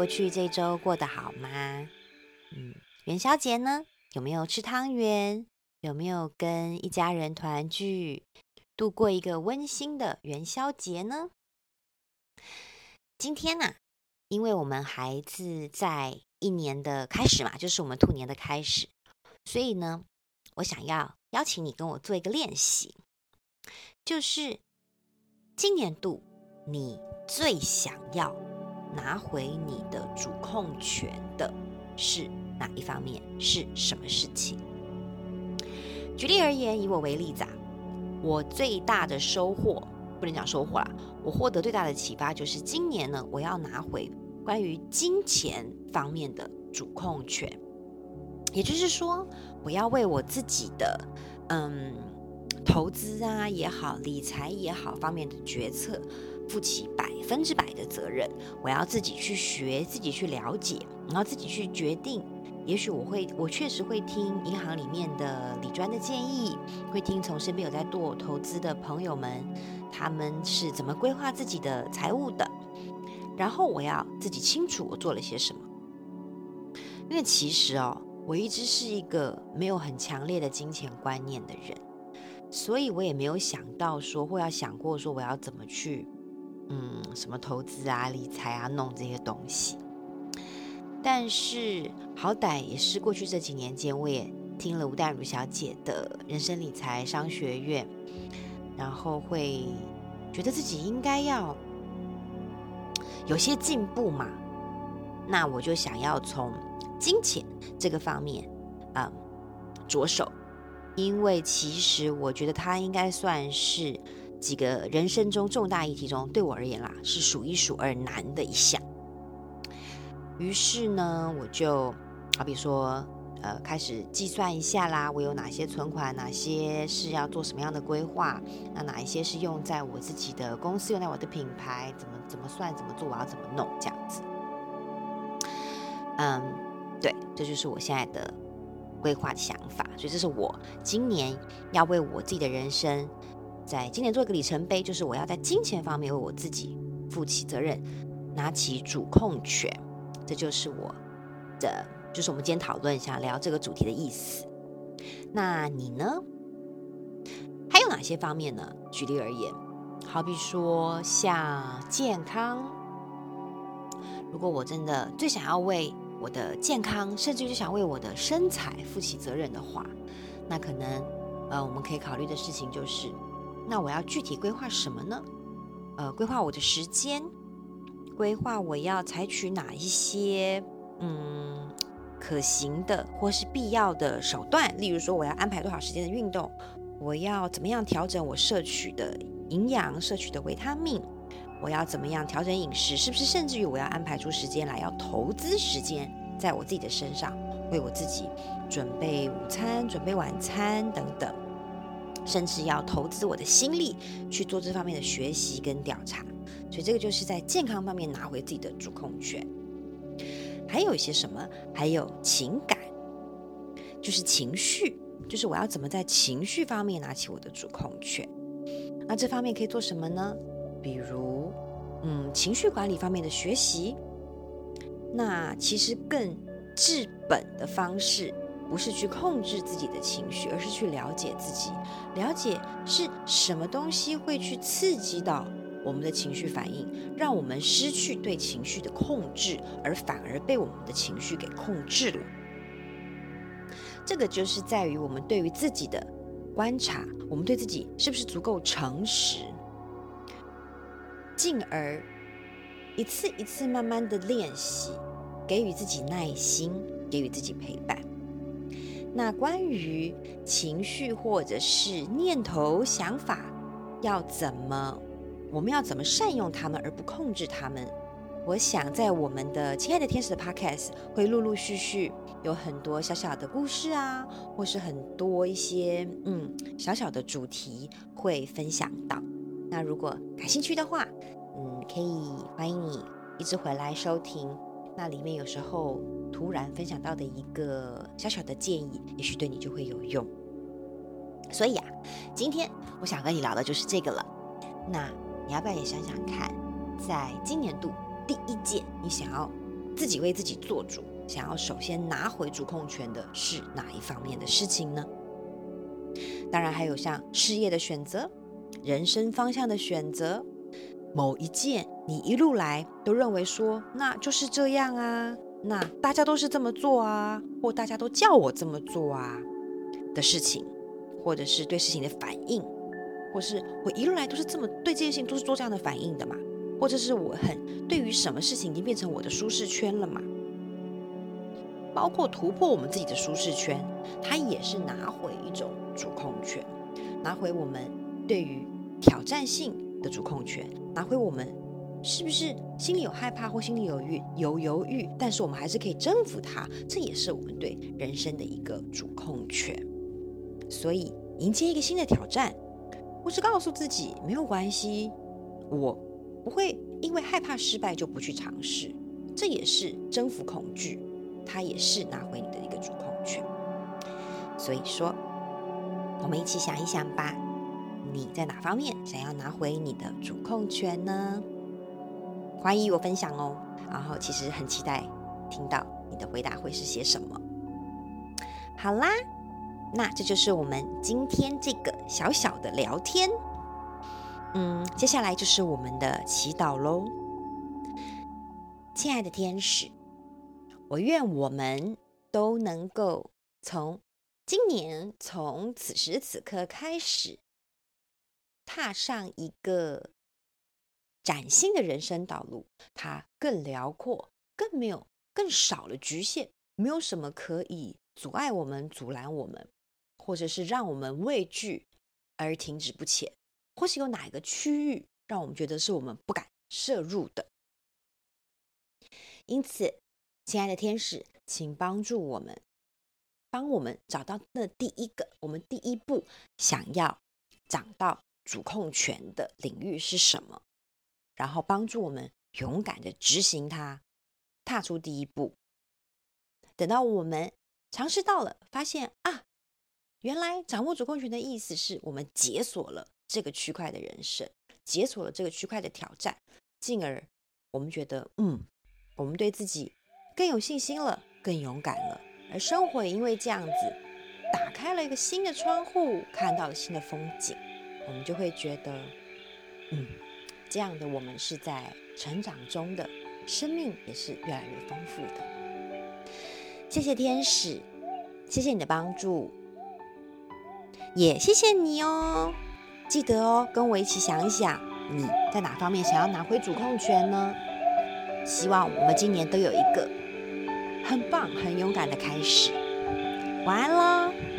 过去这周过得好吗？元宵节呢，有没有吃汤圆？有没有跟一家人团聚，度过一个温馨的元宵节呢？今天呢，因为我们孩子在一年的开始嘛，就是我们兔年的开始，所以呢，我想要邀请你跟我做一个练习，就是今年度你最想要拿回你的主控权的是哪一方面？是什么事情？举例而言，以我为例子我最大的收获，不能讲收获啦，我获得最大的启发就是今年呢，我要拿回关于金钱方面的主控权。也就是说，我要为我自己的投资也好，理财也好方面的决策负起100%的责任。我要自己去学，自己去了解，然后自己去决定。也许我确实会听银行里面的理专的建议，会听从身边有在做投资的朋友们，他们是怎么规划自己的财务的。然后我要自己清楚我做了些什么。因为其实我一直是一个没有很强烈的金钱观念的人，所以我也没有想到说，或要想过说我要怎么去什么投资理财弄这些东西。但是好歹也是过去这几年间，我也听了吴淡如小姐的人生理财商学院，然后会觉得自己应该要有些进步嘛。那我就想要从金钱这个方面着手，因为其实我觉得它应该算是几个人生中重大议题中，对我而言是数一数二难的一项。于是呢，我就好比说开始计算一下啦，我有哪些存款，哪些是要做什么样的规划，那哪一些是用在我自己的公司，用在我的品牌，怎么算，怎么做，我要怎么弄，这样子。对，这就是我现在的规划的想法。所以这是我今年要为我自己的人生，在今年做一个里程碑，就是我要在金钱方面为我自己负起责任，拿起主控权。这就是就是我们今天讨论想聊这个主题的意思。那你呢？还有哪些方面呢？举例而言，好比说像健康，如果我真的最想要为我的健康，甚至于想为我的身材负起责任的话，那可能我们可以考虑的事情就是，那我要具体规划什么呢？规划我的时间，规划我要采取哪一些可行的或是必要的手段，例如说我要安排多少时间的运动，我要怎么样调整我摄取的营养，摄取的维他命，我要怎么样调整饮食，是不是甚至于我要安排出时间来，要投资时间在我自己的身上，为我自己准备午餐，准备晚餐等等，甚至要投资我的心力去做这方面的学习跟调查。所以这个就是在健康方面拿回自己的主控权。还有一些什么？还有情感，就是情绪，就是我要怎么在情绪方面拿起我的主控权。那这方面可以做什么呢？比如情绪管理方面的学习。那其实更治本的方式不是去控制自己的情绪，而是去了解自己，了解是什么东西会去刺激到我们的情绪反应，让我们失去对情绪的控制，而反而被我们的情绪给控制了。这个就是在于我们对于自己的观察，我们对自己是不是足够诚实，进而一次一次慢慢的练习，给予自己耐心，给予自己陪伴。那关于情绪或者是念头想法我们要怎么善用它们而不控制它们，我想在我们的亲爱的天使的 podcast 会陆陆续续有很多小小的故事或是很多一些小小的主题会分享到。那如果感兴趣的话可以欢迎你一直回来收听，那里面有时候突然分享到的一个小小的建议，也许对你就会有用。所以今天我想跟你聊的就是这个了。那你要不要也想想看，在今年度第一件你想要自己为自己做主，想要首先拿回主控权的是哪一方面的事情呢？当然还有像事业的选择、人生方向的选择，某一件你一路来都认为说那就是这样啊，那大家都是这么做啊，或大家都叫我这么做啊的事情，或者是对事情的反应，或是我一路来都是这么对这件事情都是做这样的反应的嘛，或者是我对于什么事情已经变成我的舒适圈了嘛，包括突破我们自己的舒适圈，它也是拿回一种主控权，拿回我们对于挑战性的主控权，拿回我们是不是心里有害怕或心里有犹豫，但是我们还是可以征服它，这也是我们对人生的一个主控权。所以迎接一个新的挑战，或是告诉自己没有关系，我不会因为害怕失败就不去尝试，这也是征服恐惧，它也是拿回你的一个主控权。所以说我们一起想一想吧，你在哪方面想要拿回你的主控权呢？欢迎与我分享哦，然后其实很期待听到你的回答会是些什么。好啦，那这就是我们今天这个小小的聊天。接下来就是我们的祈祷咯。亲爱的天使，我愿我们都能够从今年，从此时此刻开始，踏上一个崭新的人生道路，它更辽阔，更少了局限，没有什么可以阻碍我们、阻拦我们，或者是让我们畏惧而停止不前，或是有哪一个区域让我们觉得是我们不敢涉入的。因此，亲爱的天使，请帮助我们，帮我们找到那我们第一步想要长到主控权的领域是什么，然后帮助我们勇敢的执行它，踏出第一步。等到我们尝试到了，发现原来掌握主控权的意思是我们解锁了这个区块的人生，解锁了这个区块的挑战，进而我们觉得我们对自己更有信心了，更勇敢了，而生活也因为这样子打开了一个新的窗户，看到了新的风景，我们就会觉得这样的我们是在成长中的，生命也是越来越丰富的。谢谢天使，谢谢你的帮助，也谢谢你哦。记得哦，跟我一起想一想，你在哪方面想要拿回主控权呢？希望我们今年都有一个很棒、很勇敢的开始。晚安咯。